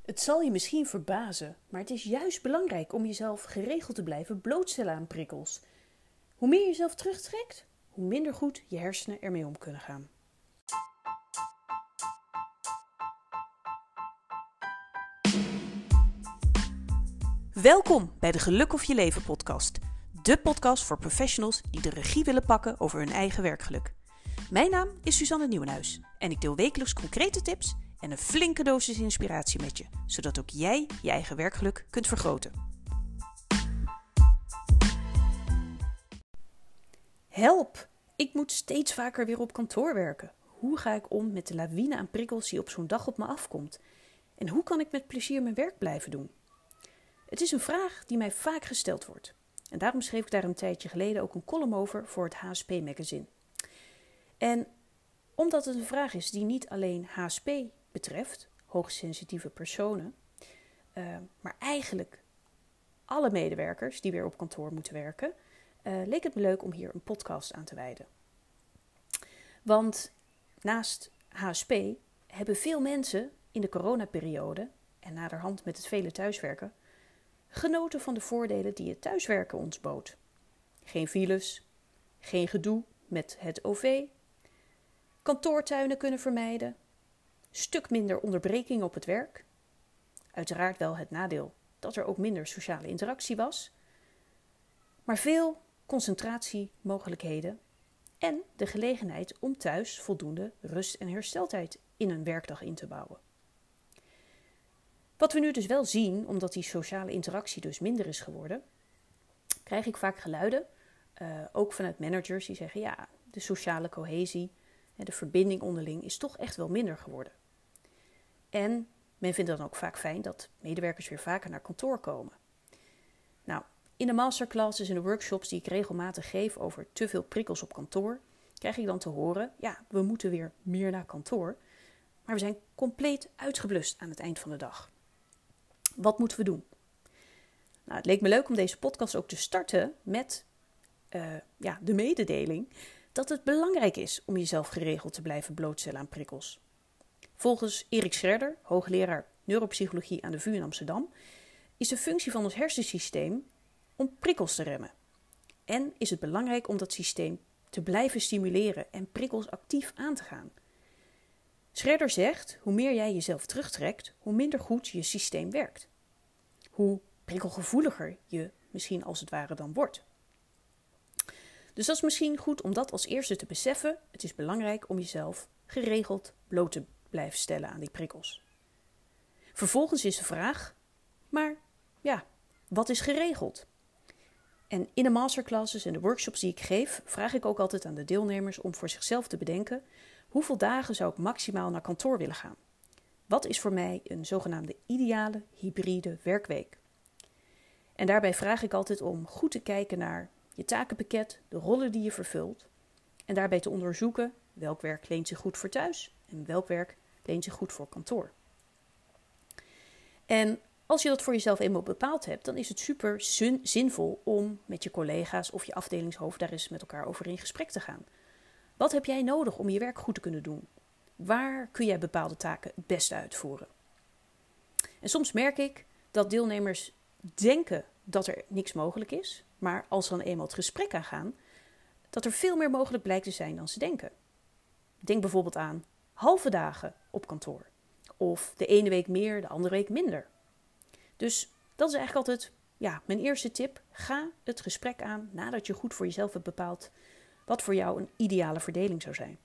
Het zal je misschien verbazen, maar het is juist belangrijk om jezelf geregeld te blijven blootstellen aan prikkels. Hoe meer je jezelf terugtrekt, hoe minder goed je hersenen ermee om kunnen gaan. Welkom bij de Geluk of Je Leven podcast. De podcast voor professionals die de regie willen pakken over hun eigen werkgeluk. Mijn naam is Suzanne Nieuwenhuis en ik deel wekelijks concrete tips en een flinke dosis inspiratie met je, zodat ook jij je eigen werkgeluk kunt vergroten. Help! Ik moet steeds vaker weer op kantoor werken. Hoe ga ik om met de lawine aan prikkels die op zo'n dag op me afkomt? En hoe kan ik met plezier mijn werk blijven doen? Het is een vraag die mij vaak gesteld wordt. En daarom schreef ik daar een tijdje geleden ook een column over voor het HSP-magazine. En omdat het een vraag is die niet alleen HSP betreft, hoogsensitieve personen, maar eigenlijk alle medewerkers die weer op kantoor moeten werken, leek het me leuk om hier een podcast aan te wijden. Want naast HSP hebben veel mensen in de coronaperiode en naderhand met het vele thuiswerken genoten van de voordelen die het thuiswerken ons bood. Geen files, geen gedoe met het OV, kantoortuinen kunnen vermijden, stuk minder onderbreking op het werk. Uiteraard wel het nadeel dat er ook minder sociale interactie was, maar veel concentratiemogelijkheden en de gelegenheid om thuis voldoende rust en hersteltijd in een werkdag in te bouwen. Wat we nu dus wel zien, omdat die sociale interactie dus minder is geworden, krijg ik vaak geluiden, ook vanuit managers die zeggen ja, de sociale cohesie, de verbinding onderling is toch echt wel minder geworden. En men vindt dan ook vaak fijn dat medewerkers weer vaker naar kantoor komen. Nou, in de masterclasses en de workshops die ik regelmatig geef over te veel prikkels op kantoor, krijg ik dan te horen, ja, we moeten weer meer naar kantoor, maar we zijn compleet uitgeblust aan het eind van de dag. Wat moeten we doen? Nou, het leek me leuk om deze podcast ook te starten met de mededeling dat het belangrijk is om jezelf geregeld te blijven blootstellen aan prikkels. Volgens Erik Scherder, hoogleraar neuropsychologie aan de VU in Amsterdam, is de functie van ons hersensysteem om prikkels te remmen. En is het belangrijk om dat systeem te blijven stimuleren en prikkels actief aan te gaan. Scherder zegt, hoe meer jij jezelf terugtrekt, hoe minder goed je systeem werkt. Hoe prikkelgevoeliger je misschien als het ware dan wordt. Dus dat is misschien goed om dat als eerste te beseffen. Het is belangrijk om jezelf geregeld bloot te blijven stellen aan die prikkels. Vervolgens is de vraag, maar ja, wat is geregeld? En in de masterclasses en de workshops die ik geef, vraag ik ook altijd aan de deelnemers om voor zichzelf te bedenken, hoeveel dagen zou ik maximaal naar kantoor willen gaan? Wat is voor mij een zogenaamde ideale hybride werkweek? En daarbij vraag ik altijd om goed te kijken naar je takenpakket, de rollen die je vervult. En daarbij te onderzoeken welk werk leent zich goed voor thuis en welk werk leent zich goed voor kantoor. En als je dat voor jezelf eenmaal bepaald hebt, dan is het super zinvol om met je collega's of je afdelingshoofd daar eens met elkaar over in gesprek te gaan. Wat heb jij nodig om je werk goed te kunnen doen? Waar kun jij bepaalde taken het beste uitvoeren? En soms merk ik dat deelnemers denken dat er niks mogelijk is, maar als ze dan eenmaal het gesprek aangaan, dat er veel meer mogelijk blijkt te zijn dan ze denken. Denk bijvoorbeeld aan halve dagen op kantoor. Of de ene week meer, de andere week minder. Dus dat is eigenlijk altijd mijn eerste tip. Ga het gesprek aan nadat je goed voor jezelf hebt bepaald wat voor jou een ideale verdeling zou zijn.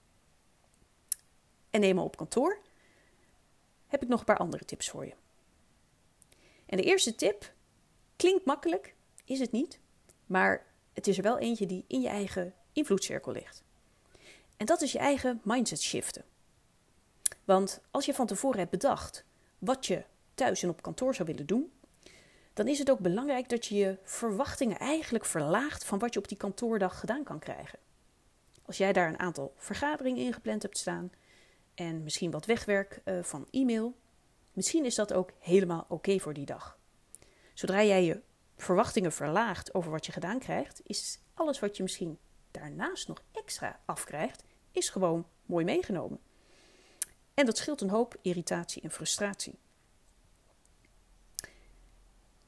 En eenmaal op kantoor heb ik nog een paar andere tips voor je. En de eerste tip klinkt makkelijk, is het niet, maar het is er wel eentje die in je eigen invloedcirkel ligt. En dat is je eigen mindset shiften. Want als je van tevoren hebt bedacht wat je thuis en op kantoor zou willen doen, dan is het ook belangrijk dat je je verwachtingen eigenlijk verlaagt van wat je op die kantoordag gedaan kan krijgen. Als jij daar een aantal vergaderingen ingepland hebt staan en misschien wat wegwerk van e-mail, misschien is dat ook helemaal oké voor die dag. Zodra jij je verwachtingen verlaagt over wat je gedaan krijgt, is alles wat je misschien daarnaast nog extra afkrijgt, is gewoon mooi meegenomen. En dat scheelt een hoop irritatie en frustratie.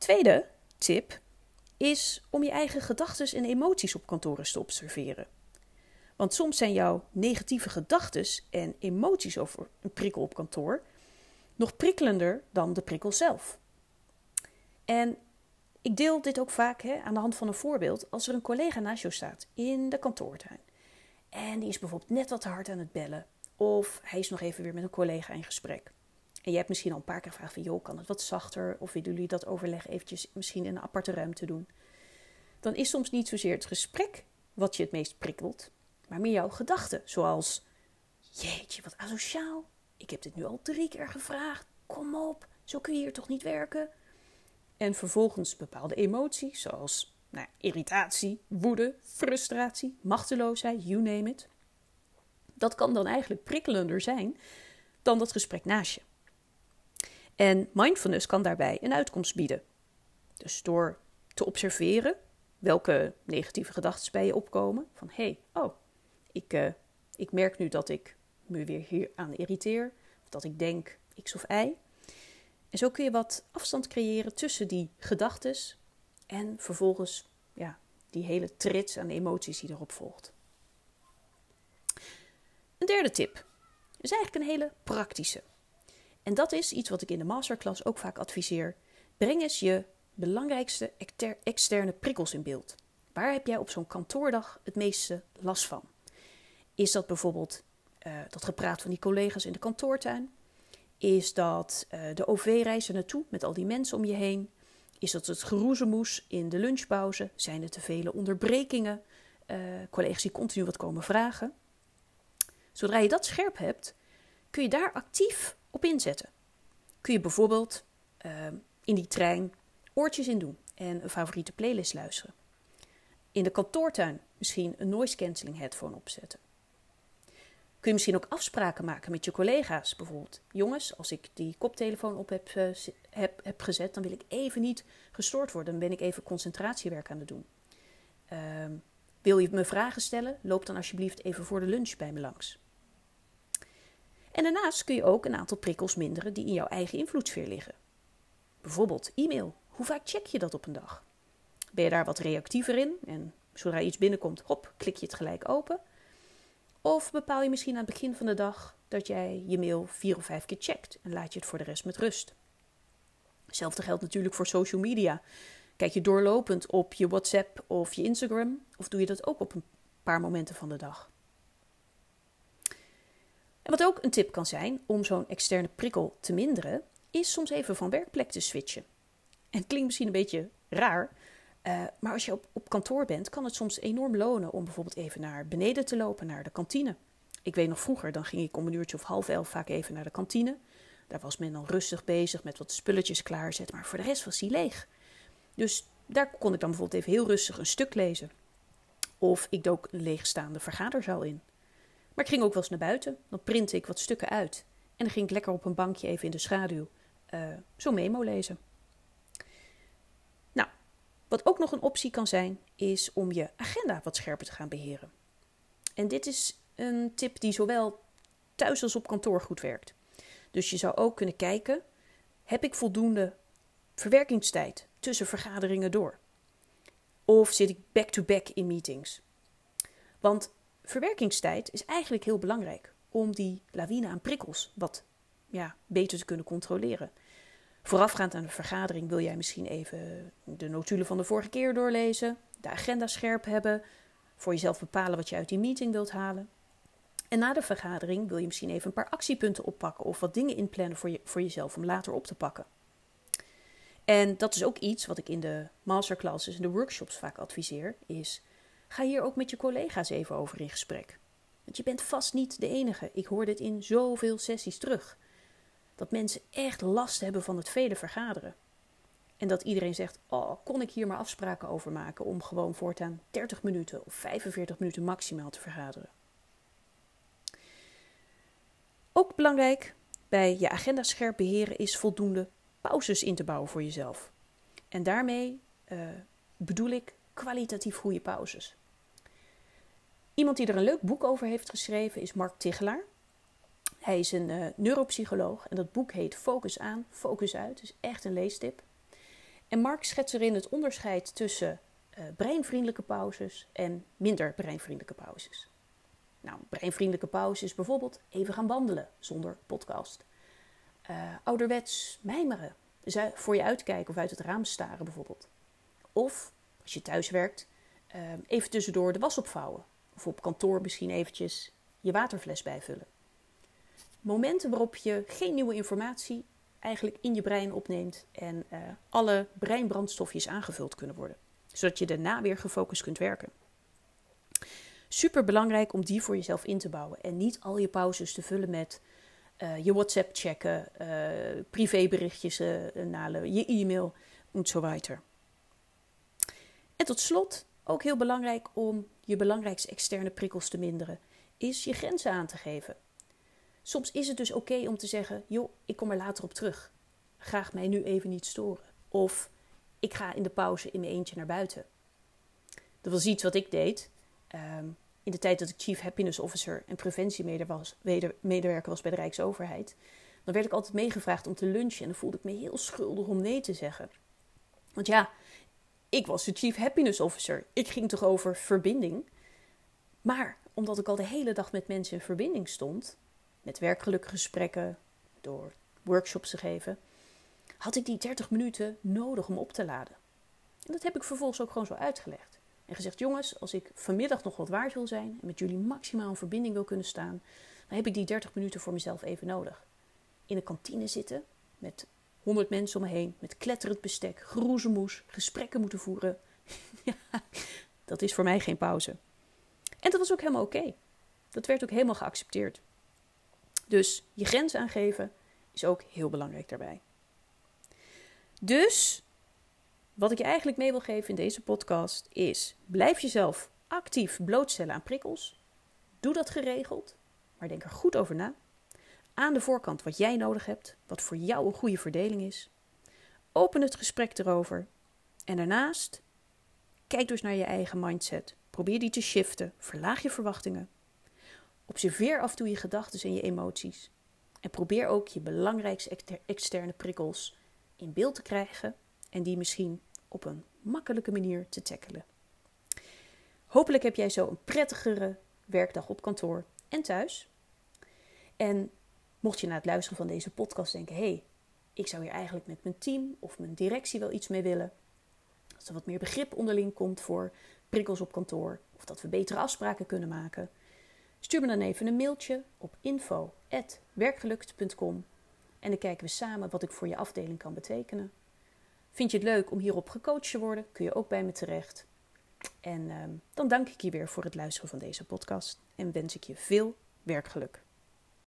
Tweede tip is om je eigen gedachten en emoties op kantoor eens te observeren. Want soms zijn jouw negatieve gedachten en emoties over een prikkel op kantoor nog prikkelender dan de prikkel zelf. En ik deel dit ook vaak aan de hand van een voorbeeld. Als er een collega naast jou staat in de kantoortuin en die is bijvoorbeeld net wat te hard aan het bellen, of hij is nog even weer met een collega in gesprek. En je hebt misschien al een paar keer gevraagd van, joh, kan het wat zachter? Of willen jullie dat overleg eventjes misschien in een aparte ruimte doen? Dan is soms niet zozeer het gesprek wat je het meest prikkelt, maar meer jouw gedachten. Zoals, jeetje, wat asociaal. Ik heb dit nu al 3 keer gevraagd. Kom op, zo kun je hier toch niet werken? En vervolgens bepaalde emoties, zoals irritatie, woede, frustratie, machteloosheid, you name it. Dat kan dan eigenlijk prikkelender zijn dan dat gesprek naast je. En mindfulness kan daarbij een uitkomst bieden. Dus door te observeren welke negatieve gedachten bij je opkomen. Van ik merk nu dat ik me weer hier aan irriteer. Of dat ik denk X of Y. En zo kun je wat afstand creëren tussen die gedachten en vervolgens die hele trits aan emoties die erop volgt. Een derde tip is eigenlijk een hele praktische. En dat is iets wat ik in de masterclass ook vaak adviseer. Breng eens je belangrijkste externe prikkels in beeld. Waar heb jij op zo'n kantoordag het meeste last van? Is dat bijvoorbeeld dat gepraat van die collega's in de kantoortuin? Is dat de OV-reis er naartoe met al die mensen om je heen? Is dat het geroezemoes in de lunchpauze? Zijn er te vele onderbrekingen? Collega's die continu wat komen vragen? Zodra je dat scherp hebt, kun je daar actief op inzetten. Kun je bijvoorbeeld in die trein oortjes in doen en een favoriete playlist luisteren. In de kantoortuin misschien een noise cancelling headphone opzetten. Kun je misschien ook afspraken maken met je collega's. Bijvoorbeeld, jongens, als ik die koptelefoon op heb gezet, dan wil ik even niet gestoord worden. Dan ben ik even concentratiewerk aan het doen. Wil je me vragen stellen? Loop dan alsjeblieft even voor de lunch bij me langs. En daarnaast kun je ook een aantal prikkels minderen die in jouw eigen invloedssfeer liggen. Bijvoorbeeld e-mail. Hoe vaak check je dat op een dag? Ben je daar wat reactiever in? En zodra iets binnenkomt, klik je het gelijk open. Of bepaal je misschien aan het begin van de dag dat jij je mail 4 of 5 keer checkt en laat je het voor de rest met rust. Hetzelfde geldt natuurlijk voor social media. Kijk je doorlopend op je WhatsApp of je Instagram, of doe je dat ook op een paar momenten van de dag? En wat ook een tip kan zijn om zo'n externe prikkel te minderen, is soms even van werkplek te switchen. En het klinkt misschien een beetje raar, maar als je op kantoor bent, kan het soms enorm lonen om bijvoorbeeld even naar beneden te lopen, naar de kantine. Ik weet nog vroeger, dan ging ik om 10:30 vaak even naar de kantine. Daar was men dan rustig bezig met wat spulletjes klaarzetten, maar voor de rest was die leeg. Dus daar kon ik dan bijvoorbeeld even heel rustig een stuk lezen. Of ik dook een leegstaande vergaderzaal in. Maar ik ging ook wel eens naar buiten, dan printte ik wat stukken uit. En dan ging ik lekker op een bankje even in de schaduw zo'n memo lezen. Nou, wat ook nog een optie kan zijn, is om je agenda wat scherper te gaan beheren. En dit is een tip die zowel thuis als op kantoor goed werkt. Dus je zou ook kunnen kijken, heb ik voldoende verwerkingstijd tussen vergaderingen door? Of zit ik back-to-back in meetings? Want verwerkingstijd is eigenlijk heel belangrijk om die lawine aan prikkels wat beter te kunnen controleren. Voorafgaand aan de vergadering wil jij misschien even de notulen van de vorige keer doorlezen, de agenda scherp hebben, voor jezelf bepalen wat je uit die meeting wilt halen. En na de vergadering wil je misschien even een paar actiepunten oppakken of wat dingen inplannen voor jezelf om later op te pakken. En dat is ook iets wat ik in de masterclasses en de workshops vaak adviseer, is ga hier ook met je collega's even over in gesprek. Want je bent vast niet de enige. Ik hoor dit in zoveel sessies terug. Dat mensen echt last hebben van het vele vergaderen. En dat iedereen zegt, kon ik hier maar afspraken over maken om gewoon voortaan 30 minuten of 45 minuten maximaal te vergaderen. Ook belangrijk bij je agenda scherp beheren is voldoende pauzes in te bouwen voor jezelf. En daarmee bedoel ik kwalitatief goede pauzes. Iemand die er een leuk boek over heeft geschreven is Mark Tichelaar. Hij is een neuropsycholoog en dat boek heet Focus aan, Focus uit. Het is echt een leestip. En Mark schetst erin het onderscheid tussen breinvriendelijke pauzes en minder breinvriendelijke pauzes. Nou, breinvriendelijke pauze is bijvoorbeeld even gaan wandelen zonder podcast. Ouderwets mijmeren, voor je uitkijken of uit het raam staren bijvoorbeeld. Of, als je thuis werkt, even tussendoor de was opvouwen. Of op kantoor misschien eventjes je waterfles bijvullen. Momenten waarop je geen nieuwe informatie eigenlijk in je brein opneemt en alle breinbrandstofjes aangevuld kunnen worden. Zodat je daarna weer gefocust kunt werken. Super belangrijk om die voor jezelf in te bouwen. En niet al je pauzes te vullen met je WhatsApp checken, privéberichtjes nalen, je e-mail en zo weiter. En tot slot, ook heel belangrijk om je belangrijkste externe prikkels te minderen, is je grenzen aan te geven. Soms is het dus oké om te zeggen, joh, ik kom er later op terug. Graag mij nu even niet storen. Of ik ga in de pauze in mijn eentje naar buiten. Dat was iets wat ik deed. In de tijd dat ik Chief Happiness Officer en preventiemedewerker was bij de Rijksoverheid. Dan werd ik altijd meegevraagd om te lunchen. En dan voelde ik me heel schuldig om nee te zeggen. Want ja, ik was de Chief Happiness Officer. Ik ging toch over verbinding. Maar omdat ik al de hele dag met mensen in verbinding stond, met werkgelukgesprekken, door workshops te geven, had ik die 30 minuten nodig om op te laden. En dat heb ik vervolgens ook gewoon zo uitgelegd. En gezegd, jongens, als ik vanmiddag nog wat waard wil zijn en met jullie maximaal in verbinding wil kunnen staan, dan heb ik die 30 minuten voor mezelf even nodig. In een kantine zitten, met 100 mensen om me heen, met kletterend bestek, geroezemoes, gesprekken moeten voeren. Ja, dat is voor mij geen pauze. En dat was ook helemaal oké. Dat werd ook helemaal geaccepteerd. Dus je grens aangeven is ook heel belangrijk daarbij. Dus wat ik je eigenlijk mee wil geven in deze podcast is, blijf jezelf actief blootstellen aan prikkels. Doe dat geregeld, maar denk er goed over na. Aan de voorkant wat jij nodig hebt, wat voor jou een goede verdeling is. Open het gesprek erover. En daarnaast, kijk dus naar je eigen mindset. Probeer die te shiften, verlaag je verwachtingen. Observeer af en toe je gedachten en je emoties. En probeer ook je belangrijkste externe prikkels in beeld te krijgen en die misschien op een makkelijke manier te tackelen. Hopelijk heb jij zo een prettigere werkdag op kantoor en thuis. En mocht je na het luisteren van deze podcast denken, hey, ik zou hier eigenlijk met mijn team of mijn directie wel iets mee willen. Als er wat meer begrip onderling komt voor prikkels op kantoor of dat we betere afspraken kunnen maken. Stuur me dan even een mailtje op info@werkgelukt.com en dan kijken we samen wat ik voor je afdeling kan betekenen. Vind je het leuk om hierop gecoacht te worden, kun je ook bij me terecht. En dan dank ik je weer voor het luisteren van deze podcast en wens ik je veel werkgeluk.